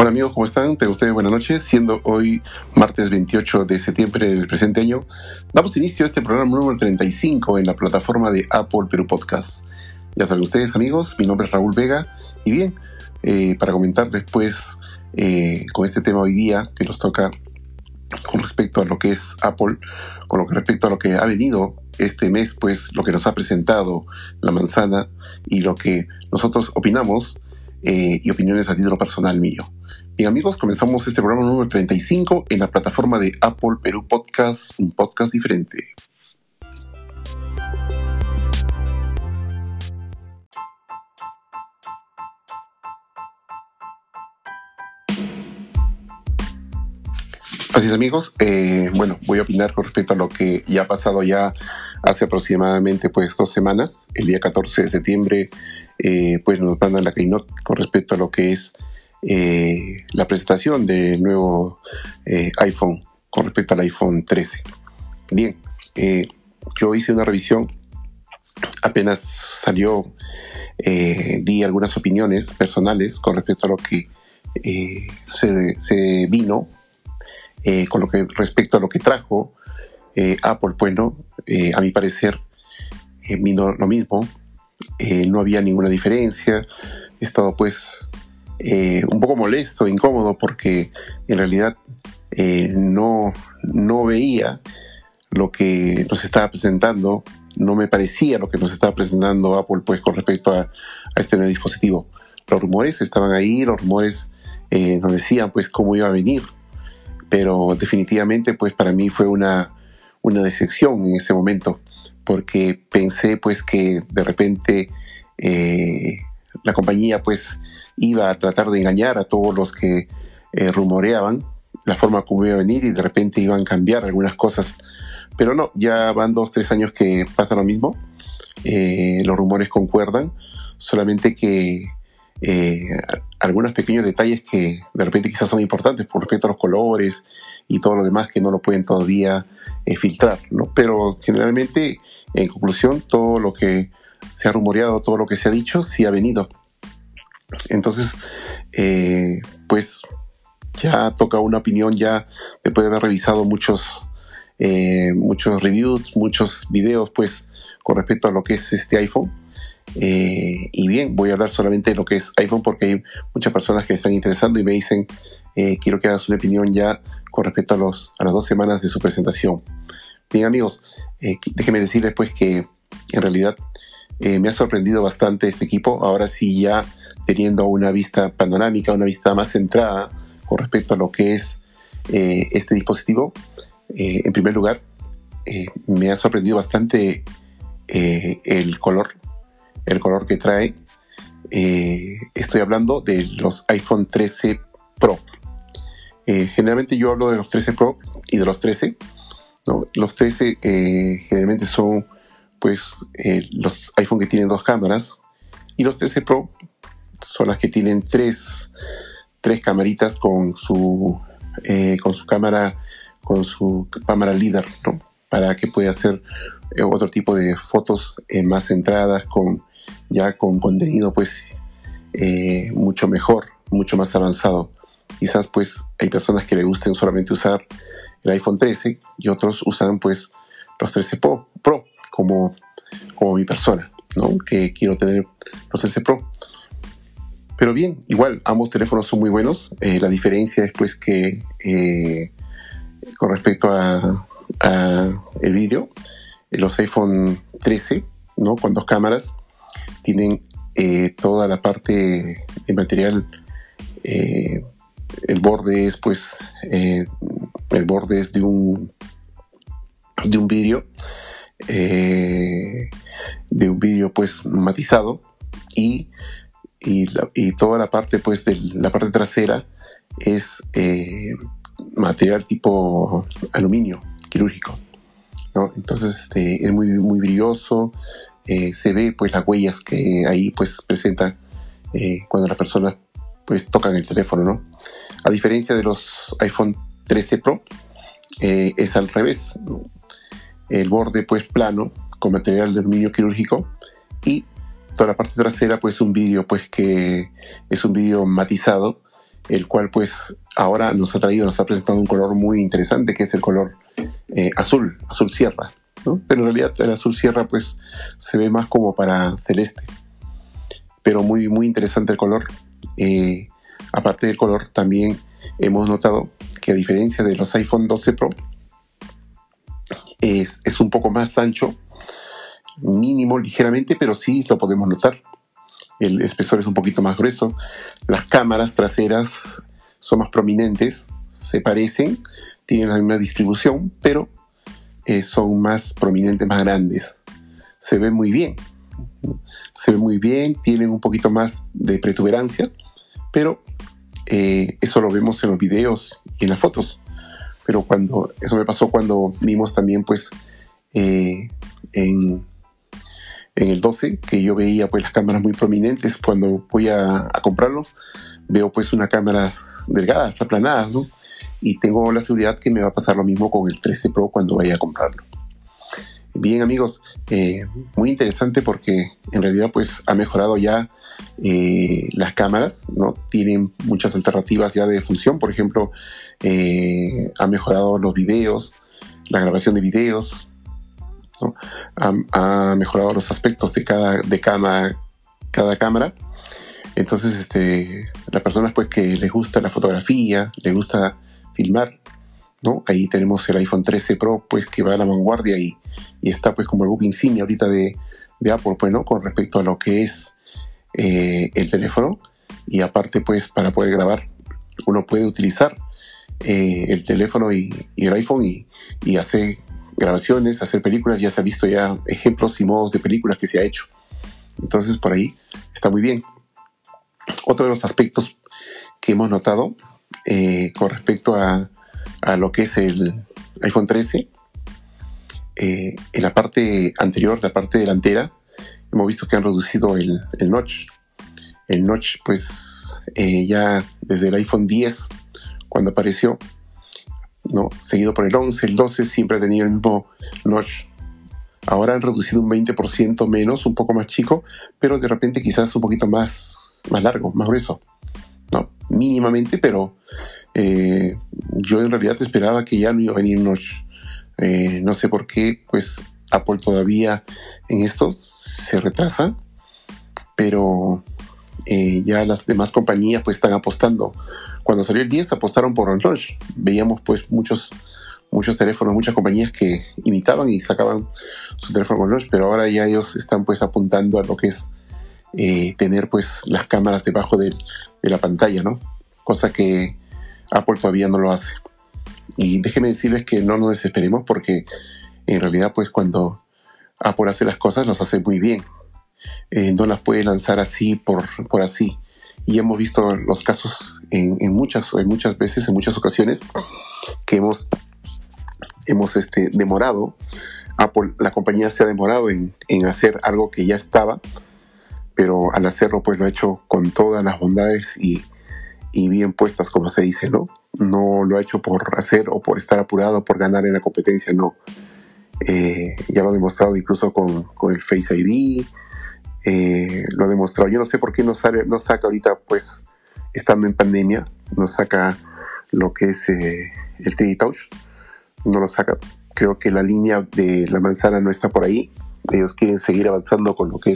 Hola amigos, ¿cómo están? Tengan ustedes buenas noches. Siendo hoy martes 28 de septiembre del presente año, damos inicio a este programa número 35 en la plataforma de Apple Perú Podcast. Ya saben ustedes amigos, mi nombre es Raúl Vega y bien, para comentarles pues con este tema hoy día que nos toca con respecto a lo que es Apple, con lo que respecto a lo que ha venido este mes, pues lo que nos ha presentado la manzana y lo que nosotros opinamos y opiniones a título personal mío. Bien amigos, comenzamos este programa número 35 en la plataforma de Apple Perú Podcast, un podcast diferente. Así es amigos, bueno, voy a opinar con respecto a lo que ya ha pasado ya hace aproximadamente pues 2 semanas. El día 14 de septiembre pues nos mandan la keynote con respecto a lo que es la presentación del nuevo iPhone con respecto al iPhone 13. Bien, yo hice una revisión, apenas salió, di algunas opiniones personales con respecto a lo que se vino, con lo que respecto a lo que trajo Apple. Bueno, a mi parecer vino lo mismo, no había ninguna diferencia. He estado pues un poco molesto, incómodo, porque en realidad no veía lo que nos estaba presentando, no me parecía lo que nos estaba presentando Apple pues con respecto a este nuevo dispositivo. Los rumores estaban ahí, los rumores nos decían pues cómo iba a venir, pero definitivamente pues para mí fue una decepción en ese momento, porque pensé pues que de repente la compañía pues iba a tratar de engañar a todos los que rumoreaban la forma como iba a venir y de repente iban a cambiar algunas cosas, pero no, ya van 2-3 años que pasa lo mismo. Los rumores concuerdan, solamente que algunos pequeños detalles que de repente quizás son importantes por respecto a los colores y todo lo demás que no lo pueden todavía filtrar, ¿no? Pero generalmente, en conclusión, todo lo que se ha rumoreado, todo lo que se ha dicho, sí ha venido. Entonces, pues ya toca una opinión ya después de haber revisado muchos reviews, muchos videos, pues, con respecto a lo que es este iPhone. Y bien, voy a hablar solamente de lo que es iPhone porque hay muchas personas que están interesando y me dicen quiero que hagas una opinión ya con respecto a las 2 semanas de su presentación. Bien amigos, déjenme decirles pues que en realidad me ha sorprendido bastante este equipo. Ahora sí, ya teniendo una vista panorámica, una vista más centrada con respecto a lo que es este dispositivo. En primer lugar, me ha sorprendido bastante el color que trae. Estoy hablando de los iPhone 13 Pro. Generalmente yo hablo de los 13 Pro y de los 13, ¿no? Los 13 generalmente son pues los iPhone que tienen 2 cámaras, y los 13 Pro son las que tienen tres camaritas con su cámara líder, ¿no? Para que pueda hacer otro tipo de fotos más centradas, con contenido pues mucho mejor, mucho más avanzado. Quizás pues hay personas que le gusten solamente usar el iPhone 13 y otros usan pues los 13 Pro como mi persona, ¿no? Que quiero tener los 13 Pro. Pero bien, igual ambos teléfonos son muy buenos. La diferencia es pues que con respecto a el vídeo, los iPhone 13, ¿no? Con 2 cámaras tienen toda la parte de material. El borde es pues de un vidrio pues matizado, y toda la parte pues de la parte trasera es material tipo aluminio quirúrgico, ¿no? Entonces es muy, muy brilloso. Se ve pues las huellas que ahí pues presenta cuando las personas pues tocan el teléfono, ¿no? A diferencia de los iPhone 13 Pro, es al revés, ¿no? El borde pues plano con material de aluminio quirúrgico, y toda la parte trasera pues un vidrio pues que es un vidrio matizado, el cual pues ahora nos ha presentado un color muy interesante, que es el color azul sierra, ¿no? Pero en realidad el azul sierra pues se ve más como para celeste, pero muy, muy interesante el color. Aparte del color, también hemos notado que, a diferencia de los iPhone 12 Pro, es un poco más ancho, mínimo, ligeramente, pero sí lo podemos notar. El espesor es un poquito más grueso. Las cámaras traseras son más prominentes, se parecen, tienen la misma distribución, pero son más prominentes, más grandes. Se ve muy bien. Tienen un poquito más de protuberancia, pero eso lo vemos en los videos y en las fotos. Pero eso me pasó cuando vimos también pues en el 12, que yo veía pues las cámaras muy prominentes. Cuando voy a comprarlo, veo pues una cámara delgada, aplanada, ¿no? Y tengo la seguridad que me va a pasar lo mismo con el 13 Pro cuando vaya a comprarlo. Bien, amigos, muy interesante, porque en realidad pues ha mejorado ya las cámaras, ¿no? Tienen muchas alternativas ya de función. Por ejemplo, ha mejorado los videos, la grabación de videos, ¿no? Ha mejorado los aspectos de cada cámara. Entonces, las personas pues que les gusta la fotografía, les gusta filmar, ¿no? Ahí tenemos el iPhone 13 Pro, pues, que va a la vanguardia y está pues como el buque insignia ahorita de Apple, pues, ¿no? Con respecto a lo que es el teléfono. Y aparte, pues, para poder grabar, uno puede utilizar el teléfono y el iPhone y hacer grabaciones, hacer películas. Ya se ha visto ya ejemplos y modos de películas que se ha hecho. Entonces, por ahí está muy bien. Otro de los aspectos que hemos notado con respecto a lo que es el iPhone 13, en la parte anterior, la parte delantera, hemos visto que han reducido el notch. El notch, pues, ya desde el iPhone 10, cuando apareció, ¿no? Seguido por el 11, el 12, siempre ha tenido el mismo notch. Ahora han reducido un 20% menos, un poco más chico, pero de repente quizás un poquito más largo, más grueso, ¿no? Mínimamente, pero yo en realidad esperaba que ya no iba a venir notch. No sé por qué, pues Apple todavía en esto se retrasa, pero ya las demás compañías pues están apostando. Cuando salió el 10 apostaron por el notch. Veíamos pues muchos teléfonos, muchas compañías que imitaban y sacaban su teléfono con notch, pero ahora ya ellos están pues apuntando a lo que es tener pues las cámaras debajo de la pantalla, ¿no? Cosa que Apple todavía no lo hace. Y déjenme decirles que no nos desesperemos, porque en realidad pues cuando Apple hace las cosas, las hace muy bien. No las puede lanzar así por así. Y hemos visto los casos en muchas veces, en muchas ocasiones, que hemos demorado. Apple, la compañía se ha demorado en hacer algo que ya estaba, pero al hacerlo pues lo ha hecho con todas las bondades y bien puestas, como se dice, ¿no? No lo ha hecho por hacer o por estar apurado, por ganar en la competencia, no. Ya lo ha demostrado incluso con el Face ID. Lo ha demostrado. Yo no sé por qué no saca ahorita, pues, estando en pandemia, no saca lo que es el 3D Touch. No lo saca. Creo que la línea de la manzana no está por ahí. Ellos quieren seguir avanzando con lo que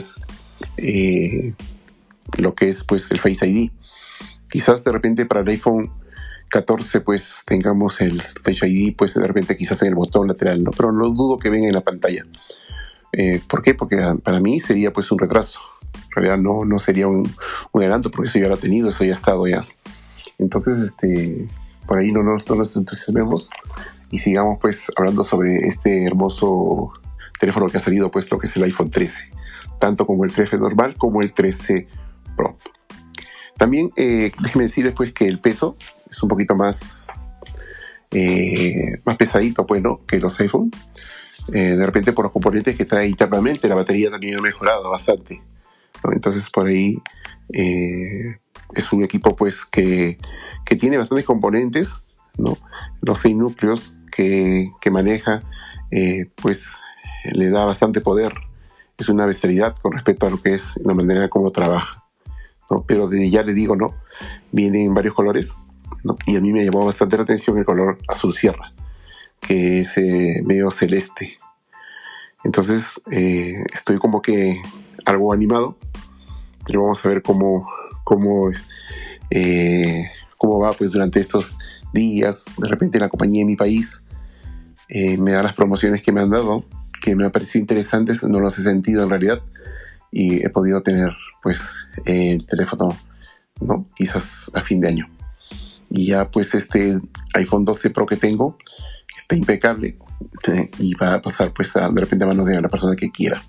es pues el Face ID. Quizás de repente para el iPhone 14 pues tengamos el Face ID, pues de repente quizás en el botón lateral, ¿no? Pero no dudo que venga en la pantalla. ¿Por qué? Porque para mí sería pues un retraso. En realidad no sería un adelanto, porque eso ya lo ha tenido, eso ya ha estado ya. Entonces, por ahí no nos entusiasmemos y sigamos pues hablando sobre este hermoso teléfono que ha salido, pues lo que es el iPhone 13, tanto como el 13 normal como el 13 Pro. También déjenme decirles pues que el peso es un poquito más pesadito, pues, ¿no?, que los iPhone. De repente por los componentes que trae internamente. La batería también ha mejorado bastante, ¿no? Entonces por ahí es un equipo pues que tiene bastantes componentes, ¿no? Los 6 núcleos que maneja pues le da bastante poder. Es una bestialidad con respecto a lo que es la manera como trabaja, ¿no? Pero ya le digo, ¿no? Viene en varios colores, ¿no? Y a mí me llamó bastante la atención el color azul sierra, que es medio celeste. Entonces estoy como que algo animado, pero vamos a ver cómo, cómo va pues durante estos días. De repente la compañía de mi país me da las promociones que me han dado, que me han parecido interesantes, no los he sentido en realidad, y he podido tener pues el teléfono, ¿no? Quizás a fin de año. Y ya pues este iPhone 12 Pro que tengo está impecable, y va a pasar pues de repente a manos de una persona que quiera.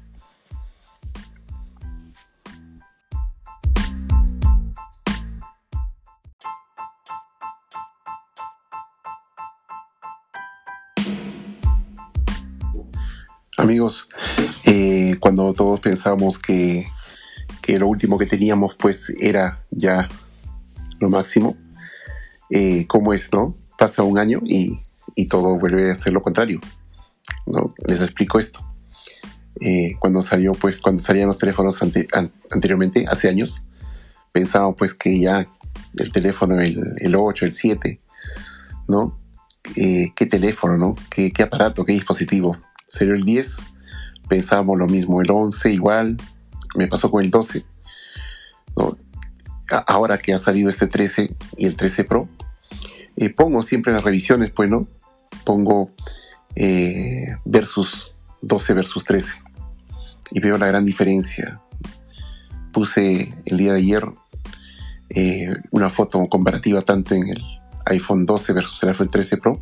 Amigos, cuando todos pensábamos que lo último que teníamos pues era ya lo máximo, ¿cómo es, no? Pasa un año y todo vuelve a ser lo contrario, ¿no? Les explico esto. Cuando salían los teléfonos anteriormente, hace años, pensábamos pues que ya el teléfono, el 8, el 7, ¿no? ¿Qué teléfono, no? ¿Qué aparato, qué dispositivo? Salió el 10, pensábamos lo mismo, el 11 igual, me pasó con el 12, ¿no? Ahora que ha salido este 13 y el 13 Pro, pongo siempre en las revisiones, pues, ¿no? Pongo versus 12 versus 13 y veo la gran diferencia. Puse el día de ayer una foto comparativa tanto en el iPhone 12 versus el iPhone 13 Pro,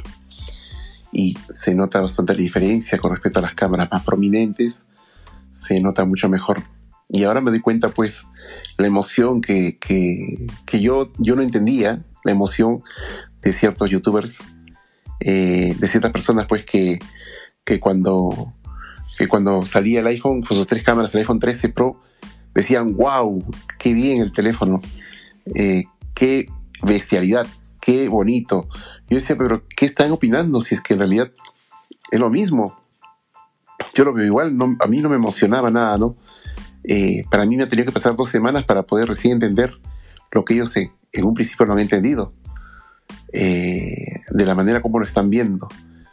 y se nota bastante la diferencia con respecto a las cámaras más prominentes, se nota mucho mejor. Y ahora me doy cuenta pues la emoción que yo no entendía, la emoción de ciertos youtubers, de ciertas personas pues que cuando salía el iPhone con sus 3 cámaras, el iPhone 13 Pro, decían wow, qué bien el teléfono, qué bestialidad, qué bonito. Yo decía, pero ¿qué están opinando si es que en realidad es lo mismo? Yo lo veo igual, no, a mí no me emocionaba nada, ¿no? Para mí me ha tenido que pasar 2 semanas para poder recién entender lo que ellos en un principio no han entendido, de la manera como lo están viendo.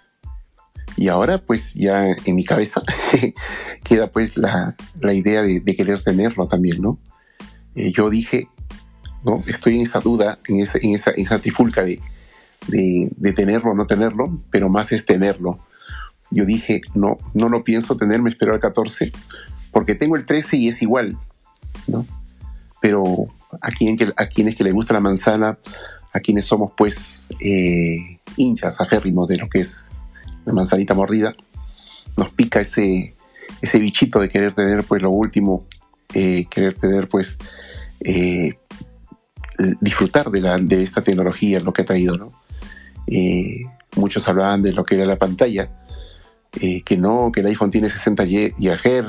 Y ahora pues ya en mi cabeza queda pues la idea de querer tenerlo también, ¿no? Yo dije, ¿no? Estoy en esa duda, en esa trifulca de tenerlo o no tenerlo, pero más es tenerlo. Yo dije, no lo pienso tener, me espero al 14, porque tengo el 13 y es igual, ¿no? Pero a quienes que les gusta la manzana, a quienes somos pues hinchas aférrimos de lo que es la manzanita mordida, nos pica ese bichito de querer tener pues lo último, querer tener pues disfrutar de esta tecnología, lo que ha traído, ¿no? Muchos hablaban de lo que era la pantalla, que el iPhone tiene 60 GHz,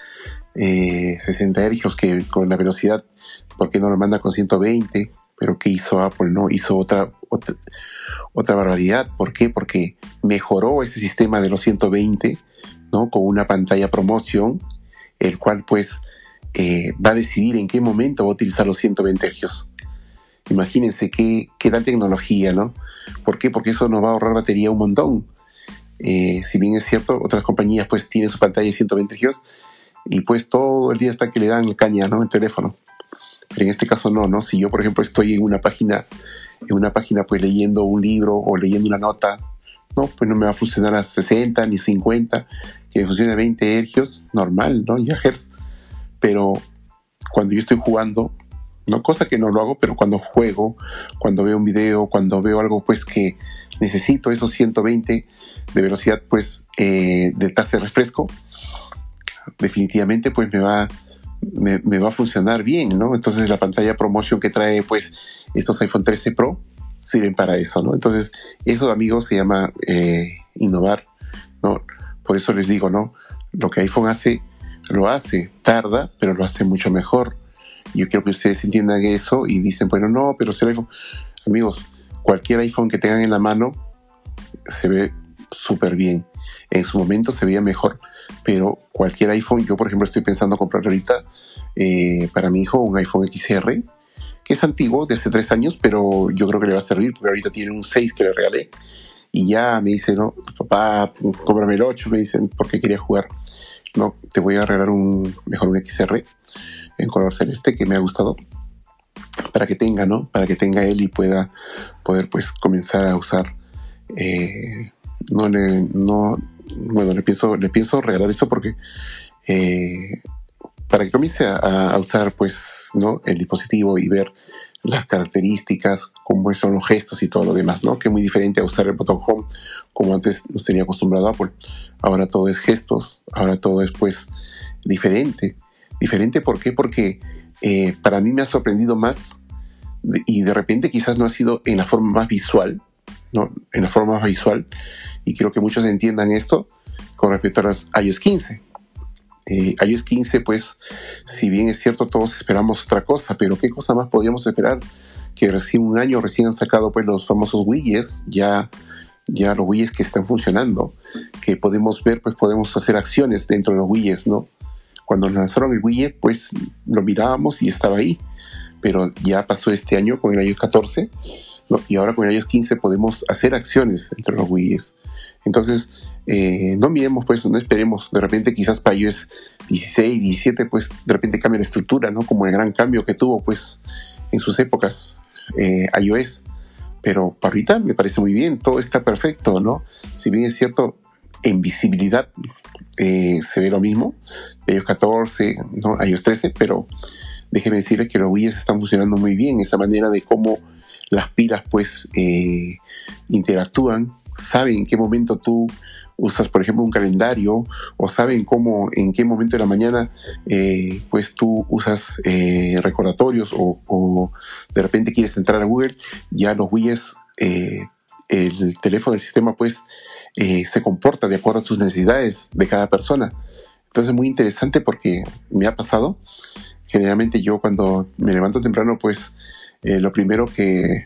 60 Hz, que con la velocidad, ¿por qué no lo manda con 120? Pero ¿qué hizo Apple? No hizo otra barbaridad. ¿Por qué? Porque mejoró ese sistema de los 120, ¿no? Con una pantalla promotion, el cual pues va a decidir en qué momento va a utilizar los 120 Hz. Imagínense qué tal tecnología, ¿no? ¿Por qué? Porque eso nos va a ahorrar batería un montón. Si bien es cierto, otras compañías pues tienen su pantalla de 120 Hz y pues todo el día está que le dan caña, ¿no? El teléfono. Pero en este caso no. Si yo, por ejemplo, estoy en una página pues leyendo un libro o leyendo una nota, no, pues no me va a funcionar a 60 ni 50, que me funcione a 20 Hz, normal, ¿no? Ya Hz. Pero cuando yo estoy jugando, no, cosa que no lo hago, pero cuando juego, cuando veo un video, cuando veo algo pues que necesito esos 120 de velocidad pues de tasa de refresco, definitivamente pues me va a funcionar bien, ¿no? Entonces la pantalla promotion que trae pues estos iPhone 13 Pro sirven para eso, ¿no? Entonces eso, amigos, se llama innovar, ¿no? Por eso les digo, ¿no? Lo que iPhone hace, lo hace, tarda, pero lo hace mucho mejor. Yo quiero que ustedes entiendan eso y dicen, bueno, no, pero si el iPhone... Amigos, cualquier iPhone que tengan en la mano se ve súper bien. En su momento se veía mejor, pero cualquier iPhone, yo por ejemplo estoy pensando comprar ahorita para mi hijo un iPhone XR, que es antiguo, de hace 3 años, pero yo creo que le va a servir, porque ahorita tiene un 6 que le regalé, y ya me dice, no, papá, cómprame el 8, me dicen, porque quería jugar. No, te voy a regalar mejor un XR en color celeste que me ha gustado, para que tenga, ¿no? Para que tenga él y poder pues comenzar a usar. Bueno, le pienso regalar esto porque para que comience a usar pues, ¿no? El dispositivo y ver las características, cómo son los gestos y todo lo demás, ¿no? Que es muy diferente a usar el botón Home como antes nos tenía acostumbrado Apple. Ahora todo es gestos, ahora todo es pues diferente. Diferente, ¿por qué? Porque para mí me ha sorprendido más y de repente quizás no ha sido en la forma más visual, ¿no? En la forma más visual, y quiero que muchos entiendan esto con respecto a los iOS 15. iOS 15, pues, si bien es cierto, todos esperamos otra cosa, pero ¿qué cosa más podríamos esperar? Que recién un año recién han sacado pues los famosos widgets, ya los widgets que están funcionando, que podemos ver, pues podemos hacer acciones dentro de los widgets, ¿no? Cuando lanzaron el widget, pues lo mirábamos y estaba ahí, pero ya pasó este año con el iOS 14, ¿no? Y ahora con el iOS 15 podemos hacer acciones entre los widgets. Entonces, no miremos, pues, no esperemos, de repente quizás para iOS 16, 17, pues de repente cambia la estructura, ¿no? Como el gran cambio que tuvo, pues, en sus épocas iOS. Pero para ahorita me parece muy bien, todo está perfecto, ¿no? Si bien es cierto, en visibilidad se ve lo mismo, de iOS 14, ¿no? iOS 13, pero déjeme decirles que los widgets están funcionando muy bien, esa manera de cómo las pilas, pues, interactúan, saben en qué momento tú usas, por ejemplo, un calendario, o saben en qué momento de la mañana pues tú usas recordatorios, o de repente quieres entrar a Google, ya los widgets, el teléfono del sistema pues se comporta de acuerdo a tus necesidades de cada persona. Entonces es muy interesante porque me ha pasado, generalmente yo cuando me levanto temprano pues lo primero que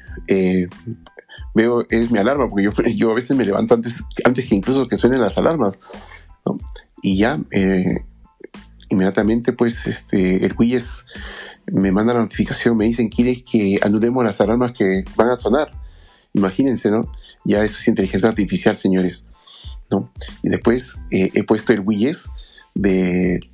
veo es mi alarma, porque yo a veces me levanto antes que incluso que suenen las alarmas, ¿no? Y ya inmediatamente pues el widget me manda la notificación, me dicen, ¿quieres que anulemos las alarmas que van a sonar? Imagínense, ¿no? Ya eso es inteligencia artificial, señores, ¿no? Y después he puesto el widget del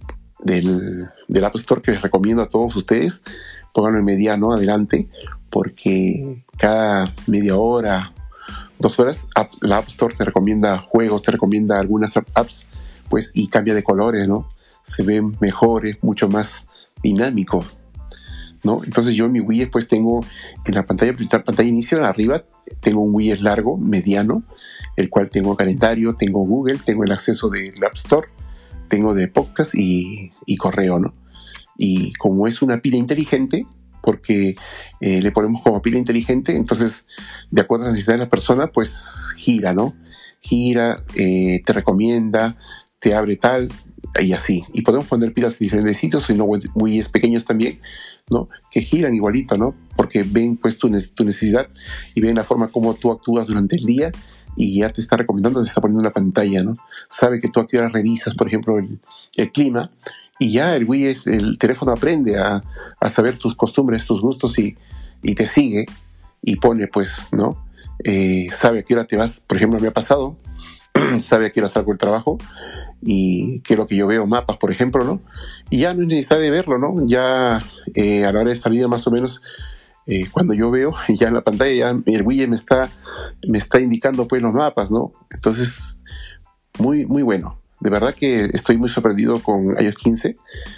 App Store, que les recomiendo a todos ustedes, pónganlo en mediano adelante, porque cada media hora, 2 horas, la App Store te recomienda juegos, te recomienda algunas apps, pues, y cambia de colores, ¿no? Se ven mejores, mucho más dinámicos, ¿no? Entonces yo en mi widget pues tengo en la pantalla principal, pantalla inicio, arriba tengo un widget largo, mediano, el cual tengo calendario, tengo Google, tengo el acceso del App Store, tengo de podcast y correo, ¿no? Y como es una pila inteligente, porque le ponemos como pila inteligente, entonces de acuerdo a las necesidades de la persona pues gira, ¿no? Gira, te recomienda, te abre tal y así. Y podemos poner pilas en diferentes sitios, sino muy pequeños también, ¿no? Que giran igualito, ¿no? Porque ven pues tu necesidad y ven la forma como tú actúas durante el día y ya te está recomendando, te está poniendo en la pantalla, ¿no? Sabe que tú a qué hora revisas, por ejemplo, el clima, y ya el teléfono aprende a saber tus costumbres, tus gustos y te sigue y pone pues, ¿no? Sabe a qué hora te vas, por ejemplo, me ha pasado, sabe a qué hora salgo del trabajo y qué es lo que yo veo, mapas, por ejemplo, ¿no? Y ya no es necesidad de verlo, ¿no? Ya a la hora de salida más o menos, cuando yo veo ya en la pantalla, ya el widget me está indicando pues los mapas, ¿no? Entonces, muy, muy bueno. De verdad que estoy muy sorprendido con iOS 15.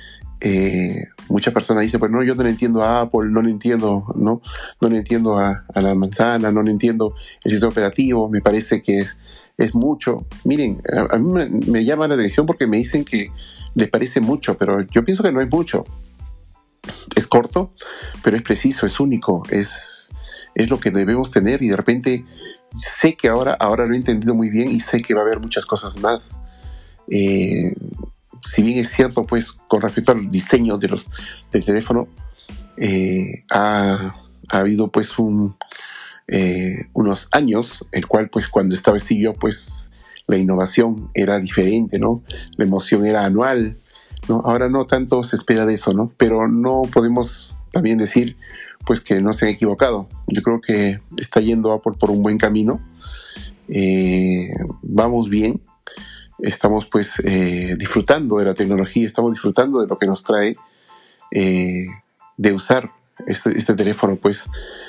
Muchas personas dicen, pues no, yo no le entiendo a Apple, no le entiendo, ¿no? No le entiendo a la manzana, no le entiendo el sistema operativo, me parece que es mucho. Miren, a mí me llama la atención porque me dicen que les parece mucho, pero yo pienso que no es mucho. Es corto, pero es preciso, es único, es lo que debemos tener, y de repente sé que ahora lo he entendido muy bien y sé que va a haber muchas cosas más. Si bien es cierto, pues, con respecto al diseño del teléfono, ha habido pues unos años, el cual pues cuando estaba Steve Jobs, pues la innovación era diferente, ¿no? La emoción era anual, ¿no? Ahora no tanto se espera de eso, ¿no? Pero no podemos también decir pues que no se han equivocado. Yo creo que está yendo Apple por un buen camino. Vamos bien, estamos pues disfrutando de la tecnología, estamos disfrutando de lo que nos trae, de usar este teléfono pues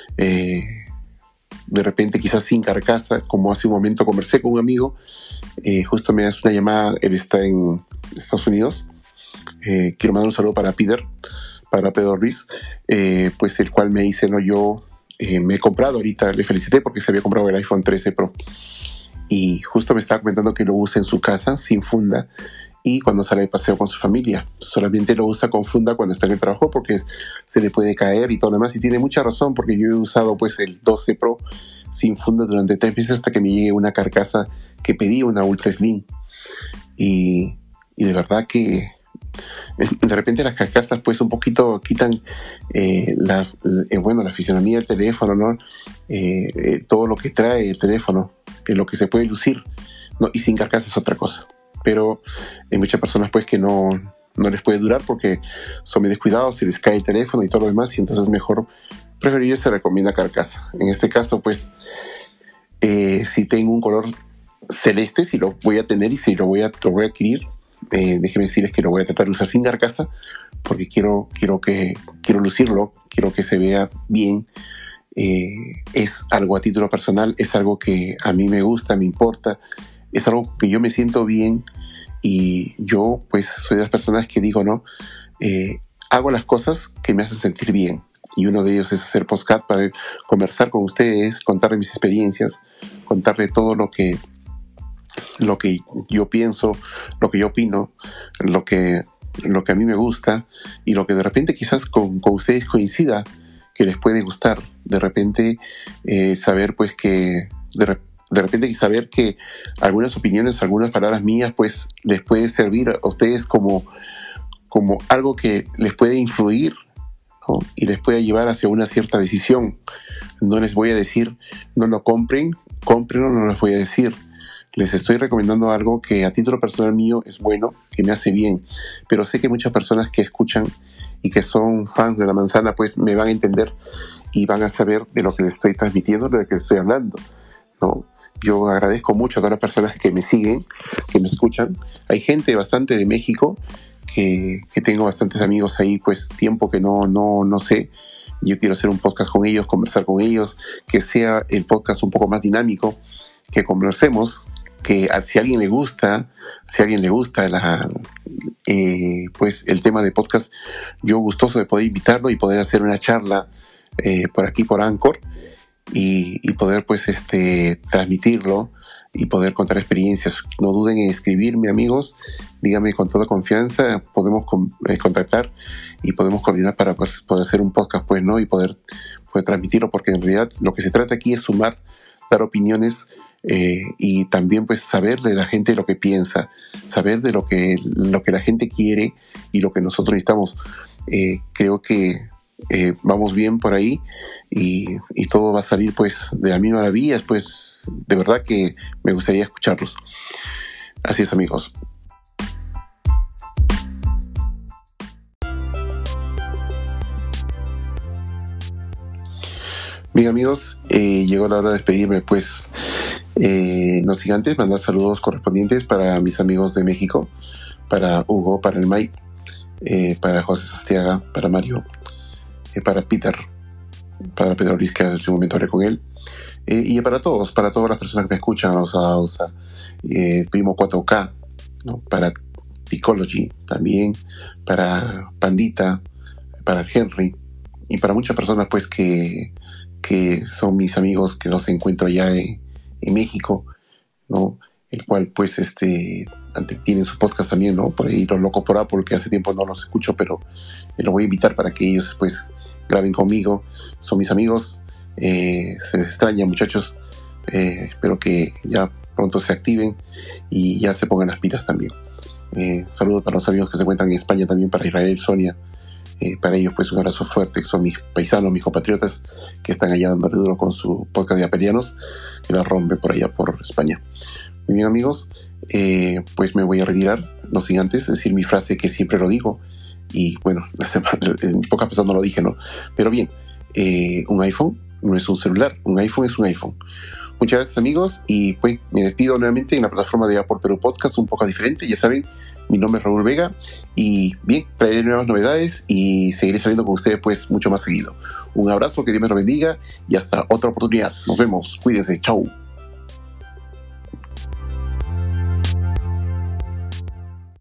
de repente quizás sin carcasa, como hace un momento conversé con un amigo, justo me hace una llamada, él está en Estados Unidos, quiero mandar un saludo para Pedro Ruiz, pues el cual me dice, no, yo me he comprado ahorita, le felicité porque se había comprado el iPhone 13 Pro y justo me estaba comentando que lo usa en su casa sin funda y cuando sale de paseo con su familia. Solamente lo usa con funda cuando está en el trabajo porque se le puede caer y todo lo demás. Y tiene mucha razón porque yo he usado pues el 12 Pro sin funda durante 3 meses hasta que me llegue una carcasa que pedí, una Ultra Slim. Y de verdad que de repente las carcasas pues un poquito quitan la fisionomía del teléfono, ¿no? Todo lo que trae el teléfono, lo que se puede lucir, ¿no? Y sin carcasa es otra cosa. Pero hay muchas personas pues que no les puede durar porque son muy descuidados, se les cae el teléfono y todo lo demás, y entonces mejor preferible se recomienda carcasa. En este caso pues si tengo un color celeste, si lo voy a tener y si lo voy a adquirir, déjenme decirles que lo voy a tratar de usar sin carcasa porque quiero lucirlo, quiero que se vea bien. Es algo a título personal, es algo que a mí me gusta, me importa, es algo que yo me siento bien y yo pues soy de las personas que digo, ¿no? Hago las cosas que me hacen sentir bien y uno de ellos es hacer podcast para conversar con ustedes, contarles mis experiencias, contarles todo lo que yo pienso, lo que yo opino, lo que a mí me gusta y lo que de repente quizás con ustedes coincida que les puede gustar. De repente saber pues que de repente saber que algunas opiniones, algunas palabras mías pues les puede servir a ustedes como algo que les puede influir, ¿no? Y les puede llevar hacia una cierta decisión. No les voy a decir no lo compren no les voy a decir. Les estoy recomendando algo que a título personal mío es bueno, que me hace bien, pero sé que muchas personas que escuchan y que son fans de la manzana pues me van a entender y van a saber de lo que les estoy transmitiendo, de lo que les estoy hablando, ¿no? Yo agradezco mucho a todas las personas que me siguen, que me escuchan. Hay gente bastante de México que tengo bastantes amigos ahí, pues tiempo que no sé. Yo quiero hacer un podcast con ellos, conversar con ellos, que sea el podcast un poco más dinámico, que conversemos, que si a alguien le gusta pues el tema de podcast, yo gustoso de poder invitarlo y poder hacer una charla por aquí por Anchor y poder pues transmitirlo y poder contar experiencias. No duden en escribirme, amigos, díganme con toda confianza, podemos contactar y podemos coordinar para poder hacer un podcast pues, ¿no? Y poder transmitirlo, porque en realidad lo que se trata aquí es sumar, dar opiniones y también pues saber de la gente lo que piensa, saber de lo que la gente quiere y lo que nosotros necesitamos. Creo que vamos bien por ahí y todo va a salir pues de las mil maravillas, pues de verdad que me gustaría escucharlos. Así es, amigos. Bien, amigos, llegó la hora de despedirme, pues no sin antes mandar saludos correspondientes para mis amigos de México, para Hugo, para el Mike, para José Sastiaga, para Mario, para para Pedro Luis, que en su momento hablé con él, y para todas las personas que me escuchan, Primo 4K, ¿no? Para Ticology también, para Pandita, para Henry, y para muchas personas pues que son mis amigos, que los encuentro allá en México, ¿no? El cual pues tienen su podcast también, ¿no? Por ahí Los Locos por Apple, que hace tiempo no los escucho, pero los voy a invitar para que ellos pues graben conmigo. Son mis amigos, se les extraña, muchachos. Espero que ya pronto se activen y ya se pongan las pilas también. Saludos para los amigos que se encuentran en España también, para Israel, Sonia. Para ellos pues un abrazo fuerte, que son mis paisanos, mis compatriotas que están allá dándole duro con su podcast de apelianos, que la rompen por allá por España. Muy bien, amigos, pues me voy a retirar, no sin antes decir mi frase que siempre lo digo. Y bueno, en pocas personas no lo dije, ¿no? Pero bien, un iPhone no es un celular, un iPhone es un iPhone. Muchas gracias, amigos, y pues me despido nuevamente en la plataforma de Apple Perú Podcast, un poco diferente, ya saben, mi nombre es Raúl Vega, y bien, traeré nuevas novedades y seguiré saliendo con ustedes pues mucho más seguido. Un abrazo, que Dios me lo bendiga, y hasta otra oportunidad. Nos vemos, cuídense, chau.